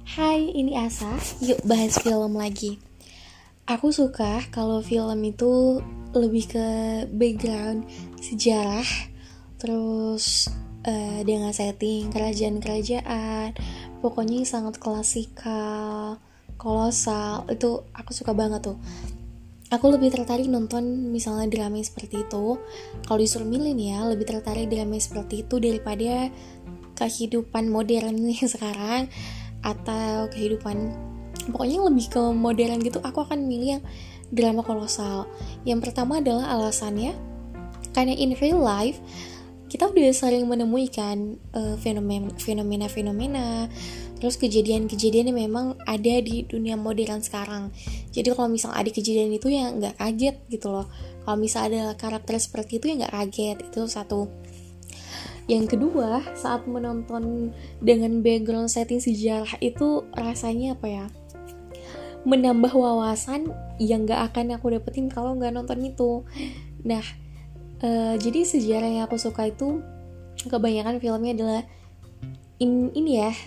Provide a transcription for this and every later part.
Hai, ini Asa. Yuk bahas film lagi. Aku suka kalau film itu lebih ke background sejarah, terus dengan setting kerajaan-kerajaan, pokoknya yang sangat klasikal, kolosal. Itu aku suka banget tuh. Aku lebih tertarik nonton misalnya drama seperti itu. Kalau disuruh milih nih ya, lebih tertarik drama seperti itu daripada kehidupan modern nih sekarang, atau kehidupan pokoknya lebih ke modern gitu. Aku akan milih yang drama kolosal. Yang pertama adalah alasannya karena in real life kita udah sering menemui kan fenomena-fenomena, terus kejadian-kejadian yang memang ada di dunia modern sekarang. Jadi kalau misal ada kejadian itu ya nggak kaget gitu loh. Kalau misal ada karakter seperti itu ya nggak kaget. Itu satu. Yang kedua, saat menonton dengan background setting sejarah itu rasanya apa ya? Menambah wawasan yang nggak akan aku dapetin kalau nggak nonton itu. Nah, jadi sejarah yang aku suka itu kebanyakan filmnya adalah ini ya,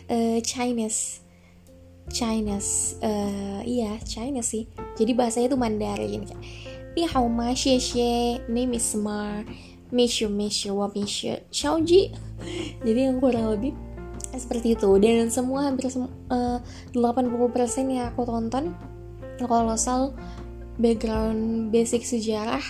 Chinese, iya Chinese sih. Jadi bahasanya itu Mandarin kayak Ni hao ma xie xie, name is Mar, Monsieur, wa Monsieur, Xiaoji. Jadi yang kurang lebih seperti itu. Dan semua hampir 80% yang aku tonton kolosal, background basic sejarah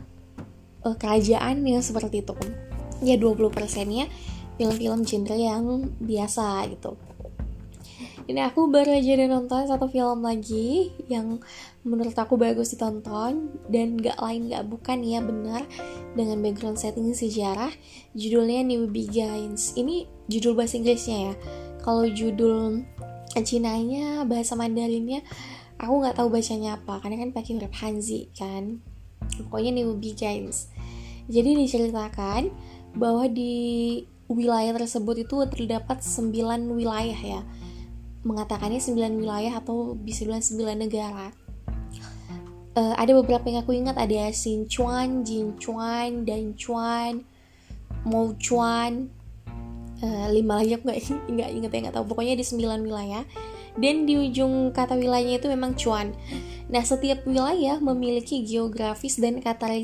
kerajaan yang seperti itu. Ya 20%-nya film-film genre yang biasa gitu. Ini aku baru aja nonton satu film lagi yang menurut aku bagus ditonton dan gak bukan ya, benar, dengan background setting sejarah. Judulnya New Begins. Ini judul bahasa Inggrisnya ya. Kalau judul Cinanya, bahasa Mandarinnya aku nggak tahu bacanya apa karena kan pakai huruf Hanzi kan. Pokoknya New Begins. Jadi diceritakan bahwa di wilayah tersebut itu terdapat 9 wilayah ya. Mengatakannya 9 wilayah atau bisa bilang 9 negara. Ada beberapa yang aku ingat, ada Sichuan, Jinchuan, Danchuan, Mouchuan, 5 lagi aku nggak tahu. Pokoknya di 9 wilayah. Dan di ujung kata wilayahnya itu memang Chuan. Nah, setiap wilayah memiliki geografis dan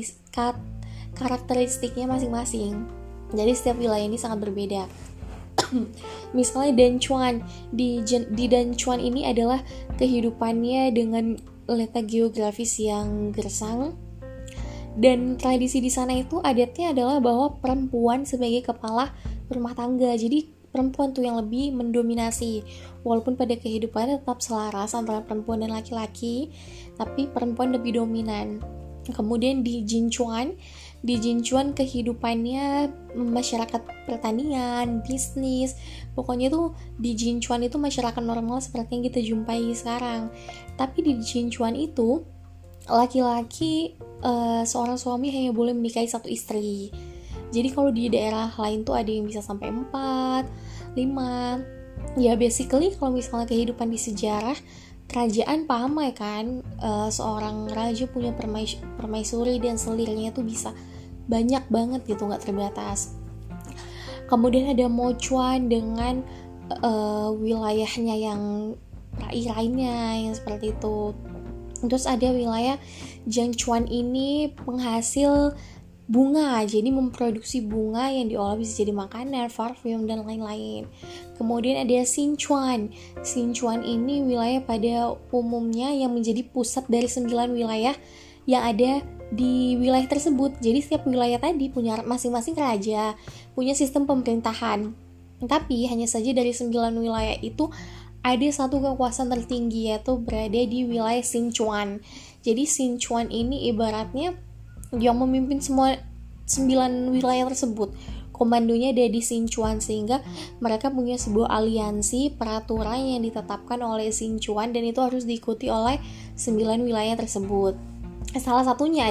karakteristiknya masing-masing. Jadi setiap wilayah ini sangat berbeda. Misalnya Danchuan, di Danchuan ini adalah kehidupannya dengan letak geografis yang gersang, dan tradisi di sana itu adatnya adalah bahwa perempuan sebagai kepala rumah tangga. Jadi perempuan tuh yang lebih mendominasi, walaupun pada kehidupannya tetap selaras antara perempuan dan laki-laki, tapi perempuan lebih dominan. Kemudian di Jinchuan kehidupannya masyarakat pertanian, bisnis, pokoknya tuh di Jinchuan itu masyarakat normal seperti yang kita jumpai sekarang. Tapi di Jinchuan itu laki-laki, seorang suami hanya boleh menikahi satu istri. Jadi kalau di daerah lain tuh ada yang bisa sampai 4, 5. Ya basically kalau misalnya kehidupan di sejarah kerajaan paham ya kan, seorang raja punya permaisuri dan selirnya tuh bisa banyak banget gitu, nggak terbatas. Kemudian ada Mochuan dengan wilayahnya yang rai-rainya yang seperti itu. Terus ada wilayah Jiangchuan, ini penghasil bunga, jadi memproduksi bunga yang diolah bisa jadi makanan, parfum, dan lain-lain. Kemudian ada Sichuan ini wilayah pada umumnya yang menjadi pusat dari 9 wilayah yang ada di wilayah tersebut. Jadi setiap wilayah tadi punya masing-masing raja, punya sistem pemerintahan. Tapi hanya saja dari 9 wilayah itu ada satu kekuasaan tertinggi, yaitu berada di wilayah Sichuan. Jadi Sichuan ini ibaratnya yang memimpin semua 9 wilayah tersebut. Komandonya ada di Sichuan, sehingga mereka punya sebuah aliansi peraturan yang ditetapkan oleh Sichuan dan itu harus diikuti oleh 9 wilayah tersebut. Salah satunya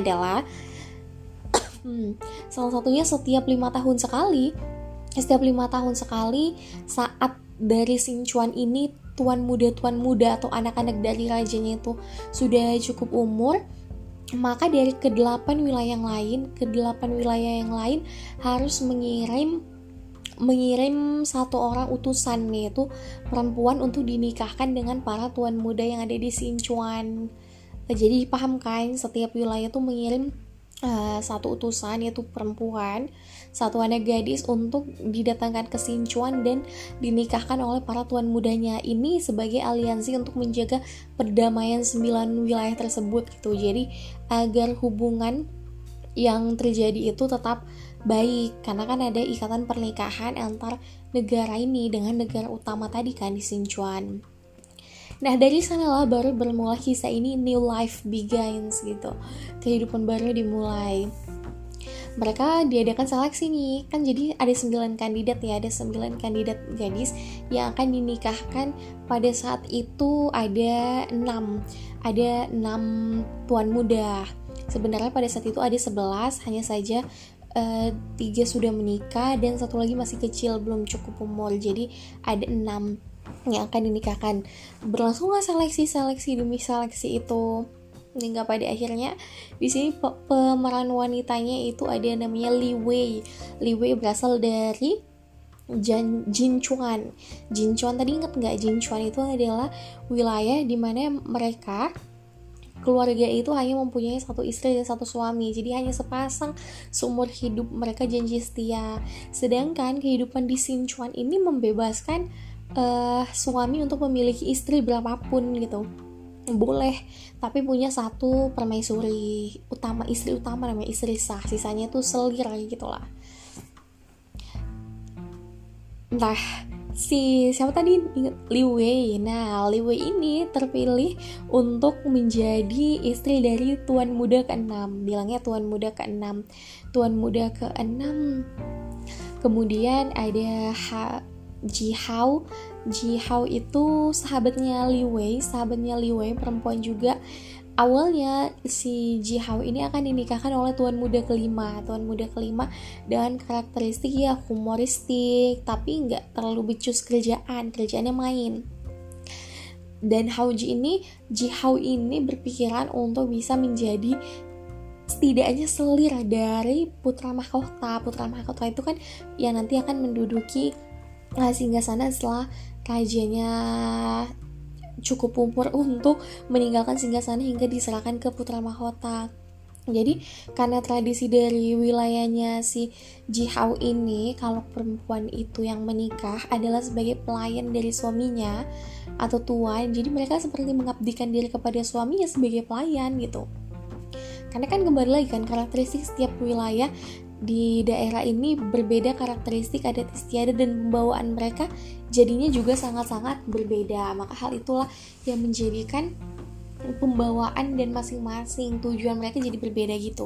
setiap 5 tahun sekali saat dari Sichuan ini tuan muda atau anak-anak dari rajanya itu sudah cukup umur, maka dari ke-8 wilayah yang lain harus mengirim mengirim satu orang utusan, yaitu perempuan, untuk dinikahkan dengan para tuan muda yang ada di Sichuan. Jadi paham kan, setiap wilayah tuh mengirim satu utusan, yaitu perempuan, satu anak gadis, untuk didatangkan ke Sichuan dan dinikahkan oleh para tuan mudanya. Ini sebagai aliansi untuk menjaga perdamaian 9 wilayah tersebut gitu. Jadi agar hubungan yang terjadi itu tetap baik, karena kan ada ikatan pernikahan antar negara ini dengan negara utama tadi kan, di Sichuan. Nah, dari sanalah baru bermula kisah ini, new life begins gitu. Kehidupan baru dimulai. Mereka diadakan seleksi nih, kan jadi ada 9 kandidat ya, ada 9 kandidat gadis yang akan dinikahkan. Pada saat itu ada 6 tuan muda. Sebenarnya pada saat itu ada 11, hanya saja 3 sudah menikah dan satu lagi masih kecil, belum cukup umur. Jadi ada 6 yang akan dinikahkan. Berlangsunglah seleksi demi seleksi itu, hingga pada akhirnya di sini pemeran wanitanya itu ada namanya Li Wei. Li Wei berasal dari Jinchuan. Jinchuan tadi ingat nggak? Jinchuan itu adalah wilayah di mana mereka keluarga itu hanya mempunyai satu istri dan satu suami, jadi hanya sepasang seumur hidup, mereka janji setia. Sedangkan kehidupan di Sichuan ini membebaskan suami untuk memiliki istri berapapun gitu, boleh, tapi punya satu permaisuri utama, istri utama namanya istri sah, sisanya tuh selir gitu lah. Nah, siapa tadi? Li Wei. Nah, Li Wei ini terpilih untuk menjadi istri dari tuan muda ke-6. Bilangnya tuan muda ke-6. Tuan muda ke-6. Kemudian ada Ji Hao. Ji Hao itu sahabatnya Li Wei, perempuan juga. Awalnya si Ji Hao ini akan dinikahkan oleh tuan muda kelima dengan karakteristik ya humoristik, tapi nggak terlalu becus kerjaannya main. Dan Ji Hao ini berpikiran untuk bisa menjadi setidaknya selir dari putra mahkota. Putra mahkota itu kan yang nanti akan menduduki singgasana setelah rajanya cukup umur untuk meninggalkan singgasana hingga diserahkan ke putra mahkota. Jadi karena tradisi dari wilayahnya si Ji Hao ini, kalau perempuan itu yang menikah adalah sebagai pelayan dari suaminya atau tuan, jadi mereka seperti mengabdikan diri kepada suaminya sebagai pelayan gitu. Karena kan kembali lagi kan, karakteristik setiap wilayah di daerah ini berbeda, karakteristik adat istiadat dan pembawaan mereka jadinya juga sangat-sangat berbeda. Maka hal itulah yang menjadikan pembawaan dan masing-masing tujuan mereka jadi berbeda gitu.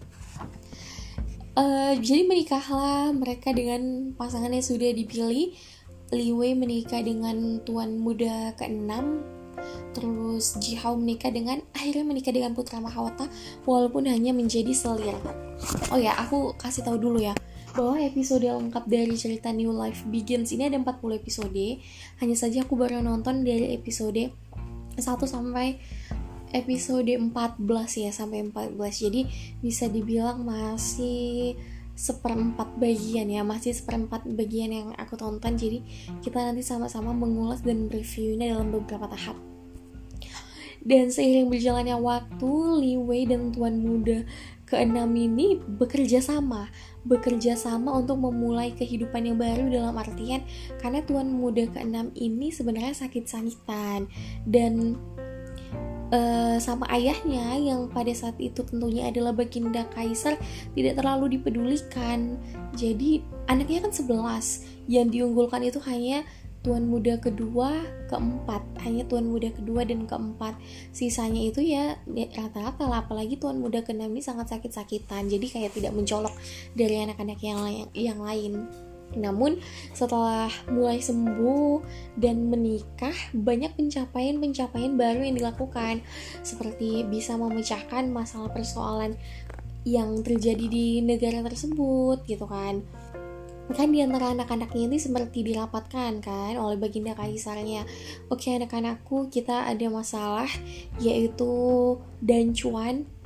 Jadi menikahlah mereka dengan pasangan yang sudah dipilih. Li Wei menikah dengan tuan muda ke-6, terus Ji Hao akhirnya menikah dengan putra mahkota walaupun hanya menjadi selir. Oh ya, aku kasih tahu dulu ya bahwa episode lengkap dari cerita New Life Begins ini ada 40 episode. Hanya saja aku baru nonton dari episode 1 sampai episode 14 ya, sampai 14. Jadi bisa dibilang masih seperempat bagian yang aku tonton. Jadi kita nanti sama-sama mengulas dan reviewnya dalam beberapa tahap. Dan seiring berjalannya waktu, Li Wei dan tuan muda ke-6 ini bekerja sama untuk memulai kehidupan yang baru, dalam artian karena tuan muda ke-6 ini sebenarnya sakit-sakitan dan sama ayahnya yang pada saat itu tentunya adalah Baginda Kaisar tidak terlalu dipedulikan. Jadi anaknya kan 11, yang diunggulkan itu hanya tuan muda kedua, keempat, hanya tuan muda kedua dan keempat. Sisanya itu ya rata-rata lah, apalagi tuan muda ke-6 ini sangat sakit-sakitan, jadi kayak tidak mencolok dari anak-anak yang lain. Namun setelah mulai sembuh dan menikah, banyak pencapaian baru yang dilakukan, seperti bisa memecahkan masalah persoalan yang terjadi di negara tersebut gitu kan. Kan di antara anak-anaknya ini seperti dirapatkan kan oleh Baginda Kaisarnya. Oke anak-anakku, kita ada masalah, yaitu Dancuan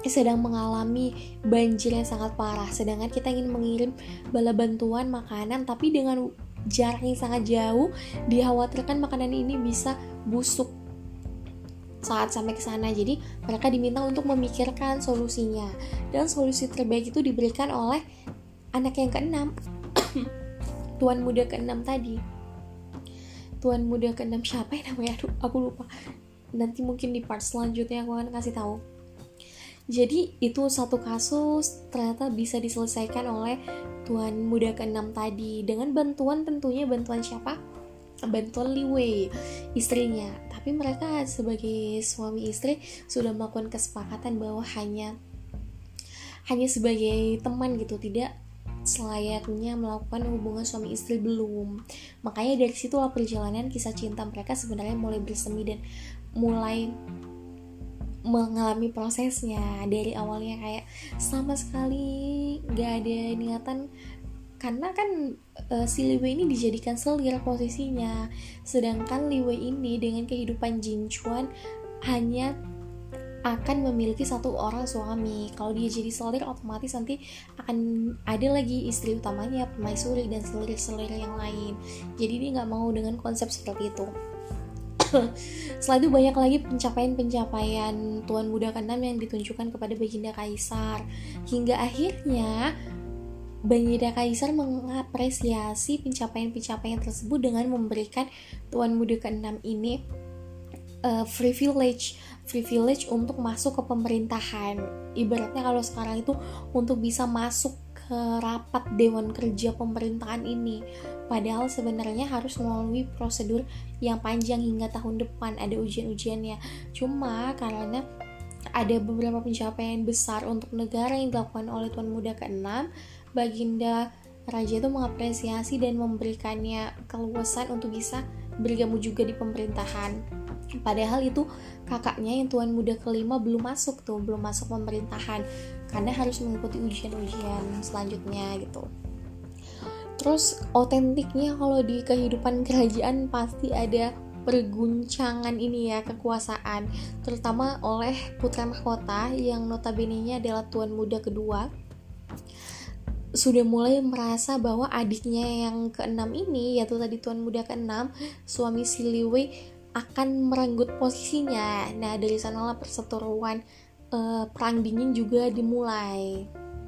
sedang mengalami banjir yang sangat parah, sedangkan kita ingin mengirim bala bantuan makanan tapi dengan jarak yang sangat jauh, dikhawatirkan makanan ini bisa busuk saat sampai ke sana. Jadi mereka diminta untuk memikirkan solusinya, dan solusi terbaik itu diberikan oleh anak yang keenam, tuan muda keenam tadi. Tuan muda keenam siapa ya namanya? Aduh, aku lupa. Nanti mungkin di part selanjutnya aku akan kasih tahu. Jadi itu satu kasus ternyata bisa diselesaikan oleh tuan muda keenam tadi dengan bantuan, tentunya bantuan siapa? Bantuan Li Wei, istrinya. Tapi mereka sebagai suami istri sudah melakukan kesepakatan bahwa hanya sebagai teman gitu, tidak selayaknya melakukan hubungan suami istri belum. Makanya dari situlah perjalanan kisah cinta mereka sebenarnya mulai bersemi dan mulai mengalami prosesnya. Dari awalnya kayak sama sekali gak ada niatan, karena kan si Li Wei ini dijadikan selir posisinya, sedangkan Li Wei ini dengan kehidupan Jin Chuan hanya akan memiliki satu orang suami. Kalau dia jadi selir, otomatis nanti akan ada lagi istri utamanya, permaisuri dan selir-selir yang lain. Jadi dia nggak mau dengan konsep seperti itu. Setelah itu banyak lagi pencapaian Tuan Muda ke-6 yang ditunjukkan kepada Baginda Kaisar, hingga akhirnya Baginda Kaisar mengapresiasi pencapaian tersebut dengan memberikan Tuan Muda ke-6 ini privilege untuk masuk ke pemerintahan. Ibaratnya kalau sekarang itu untuk bisa masuk ke rapat Dewan Kerja pemerintahan ini, padahal sebenarnya harus melalui prosedur yang panjang hingga tahun depan, ada ujian-ujiannya. Cuma karena ada beberapa pencapaian besar untuk negara yang dilakukan oleh Tuan Muda ke-6, Baginda Raja itu mengapresiasi dan memberikannya keluasan untuk bisa bergabung juga di pemerintahan. Padahal itu kakaknya yang Tuan Muda ke-5 belum masuk pemerintahan karena harus mengikuti ujian-ujian selanjutnya gitu. Terus otentiknya kalau di kehidupan kerajaan pasti ada perguncangan ini ya, kekuasaan, terutama oleh putra mahkota yang notabene-nya adalah Tuan Muda kedua. Sudah mulai merasa bahwa adiknya yang ke-6 ini, yaitu tadi Tuan Muda ke-6, suami si Li Wei, akan merenggut posisinya. Nah, dari sanalah perseteruan perang dingin juga dimulai.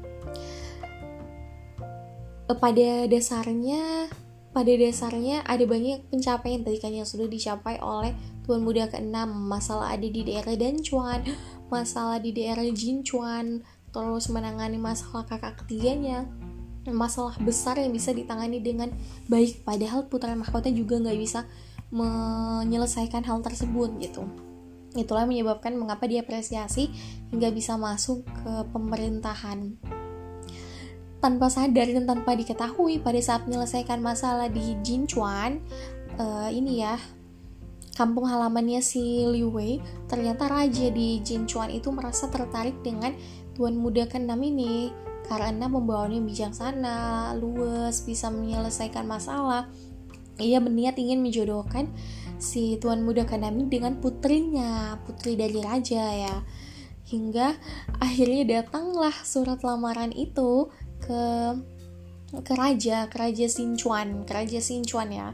Pada dasarnya ada banyak pencapaian tadi kan yang sudah dicapai oleh Tuan Muda ke-6. Masalah ada di daerah Danchuan, masalah di daerah Jinchuan, terus menangani masalah kakak ketiganya, masalah besar yang bisa ditangani dengan baik. Padahal putra mahkota juga nggak bisa menyelesaikan hal tersebut gitu. Itulah menyebabkan mengapa dia apresiasi hingga bisa masuk ke pemerintahan. Tanpa sadar dan tanpa diketahui, pada saat menyelesaikan masalah di Jinchuan, ini ya, kampung halamannya si Li Wei, ternyata raja di Jinchuan itu merasa tertarik dengan Tuan Muda ke-6 ini karena membawanya bijaksana, luwes, bisa menyelesaikan masalah. Ia berniat ingin menjodohkan si Tuan Muda ke-6 dengan putrinya, putri dari raja ya. Hingga akhirnya datanglah surat lamaran itu ke raja Sinchuan ya.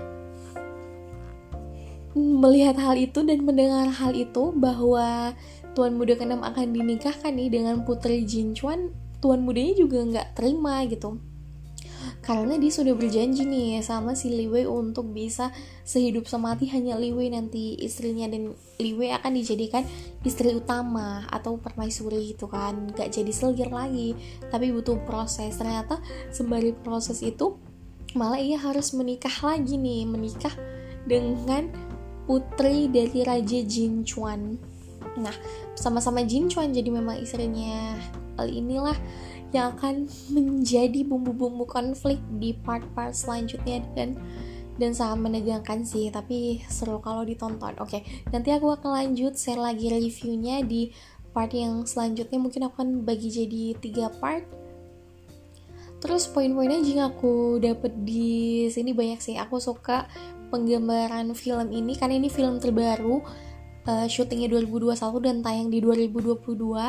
Melihat hal itu dan mendengar hal itu bahwa Tuan Muda ke-6 akan dinikahkan nih dengan putri Jinchuan, Tuan Mudanya juga nggak terima gitu. Karena dia sudah berjanji nih sama si Li Wei untuk bisa sehidup semati hanya Li Wei nanti istrinya, dan Li Wei akan dijadikan istri utama atau permaisuri gitu kan, gak jadi selir lagi, tapi butuh proses. Ternyata sembari proses itu malah ia harus menikah dengan putri dari Raja Jinchuan. Nah, sama-sama Jinchuan jadi memang istrinya. Hal inilah yang akan menjadi bumbu-bumbu konflik di part-part selanjutnya dan sangat menegangkan sih, tapi seru kalau ditonton. Oke, nanti aku akan lanjut share lagi reviewnya di part yang selanjutnya. Mungkin aku akan bagi jadi 3 part. Terus poin-poinnya yang aku dapet di sini banyak sih. Aku suka penggambaran film ini karena ini film terbaru, syutingnya 2021 dan tayang di 2022.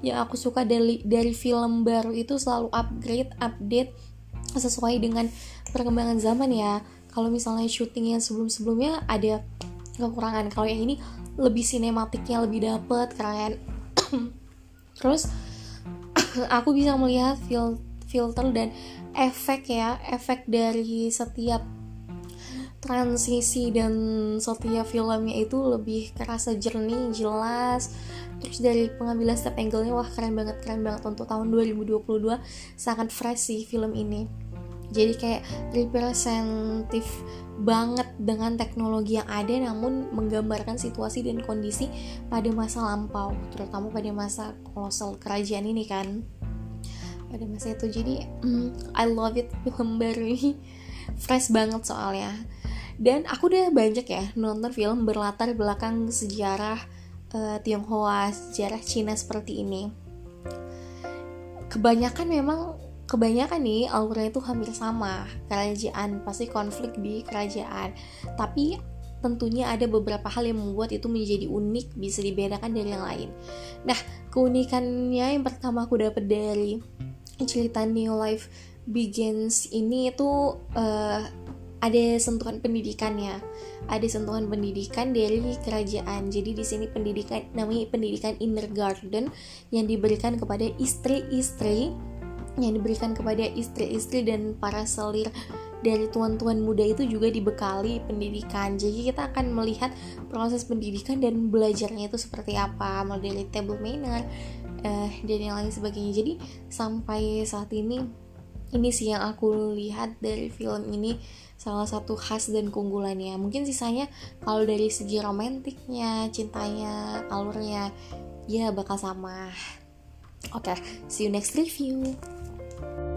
yang aku suka dari film baru itu selalu update sesuai dengan perkembangan zaman ya. Kalau misalnya syuting yang sebelum-sebelumnya ada kekurangan, kalau yang ini lebih sinematiknya lebih dapet, keren. Terus aku bisa melihat filter dan efek dari setiap transisi dan setiap filmnya itu lebih kerasa jernih, jelas. Terus dari pengambilan step angle-nya, wah keren banget untuk tahun 2022, sangat fresh sih film ini. Jadi kayak representatif banget dengan teknologi yang ada, namun menggambarkan situasi dan kondisi pada masa lampau, terutama pada masa kolosal kerajaan ini kan, pada masa itu. Jadi I love it, film baru ini fresh banget soalnya. Dan aku udah banyak ya nonton film berlatar belakang sejarah Tionghoa, sejarah Cina seperti ini. Kebanyakan nih alurnya itu hampir sama, kerajaan, pasti konflik di kerajaan. Tapi tentunya ada beberapa hal yang membuat itu menjadi unik, bisa dibedakan dari yang lain. Nah, keunikannya yang pertama aku dapat dari cerita New Life Begins ini itu ada sentuhan pendidikannya, ada sentuhan pendidikan dari kerajaan. Jadi di sini pendidikan namanya pendidikan kindergarten yang diberikan kepada istri-istri dan para selir dari tuan-tuan muda itu juga dibekali pendidikan. Jadi kita akan melihat proses pendidikan dan belajarnya itu seperti apa, mulai dari table manner dan yang lain sebagainya. Jadi sampai saat ini sih yang aku lihat dari film ini, salah satu khas dan keunggulannya. Mungkin sisanya kalau dari segi romantiknya, cintanya, alurnya ya bakal sama. Oke, see you next review.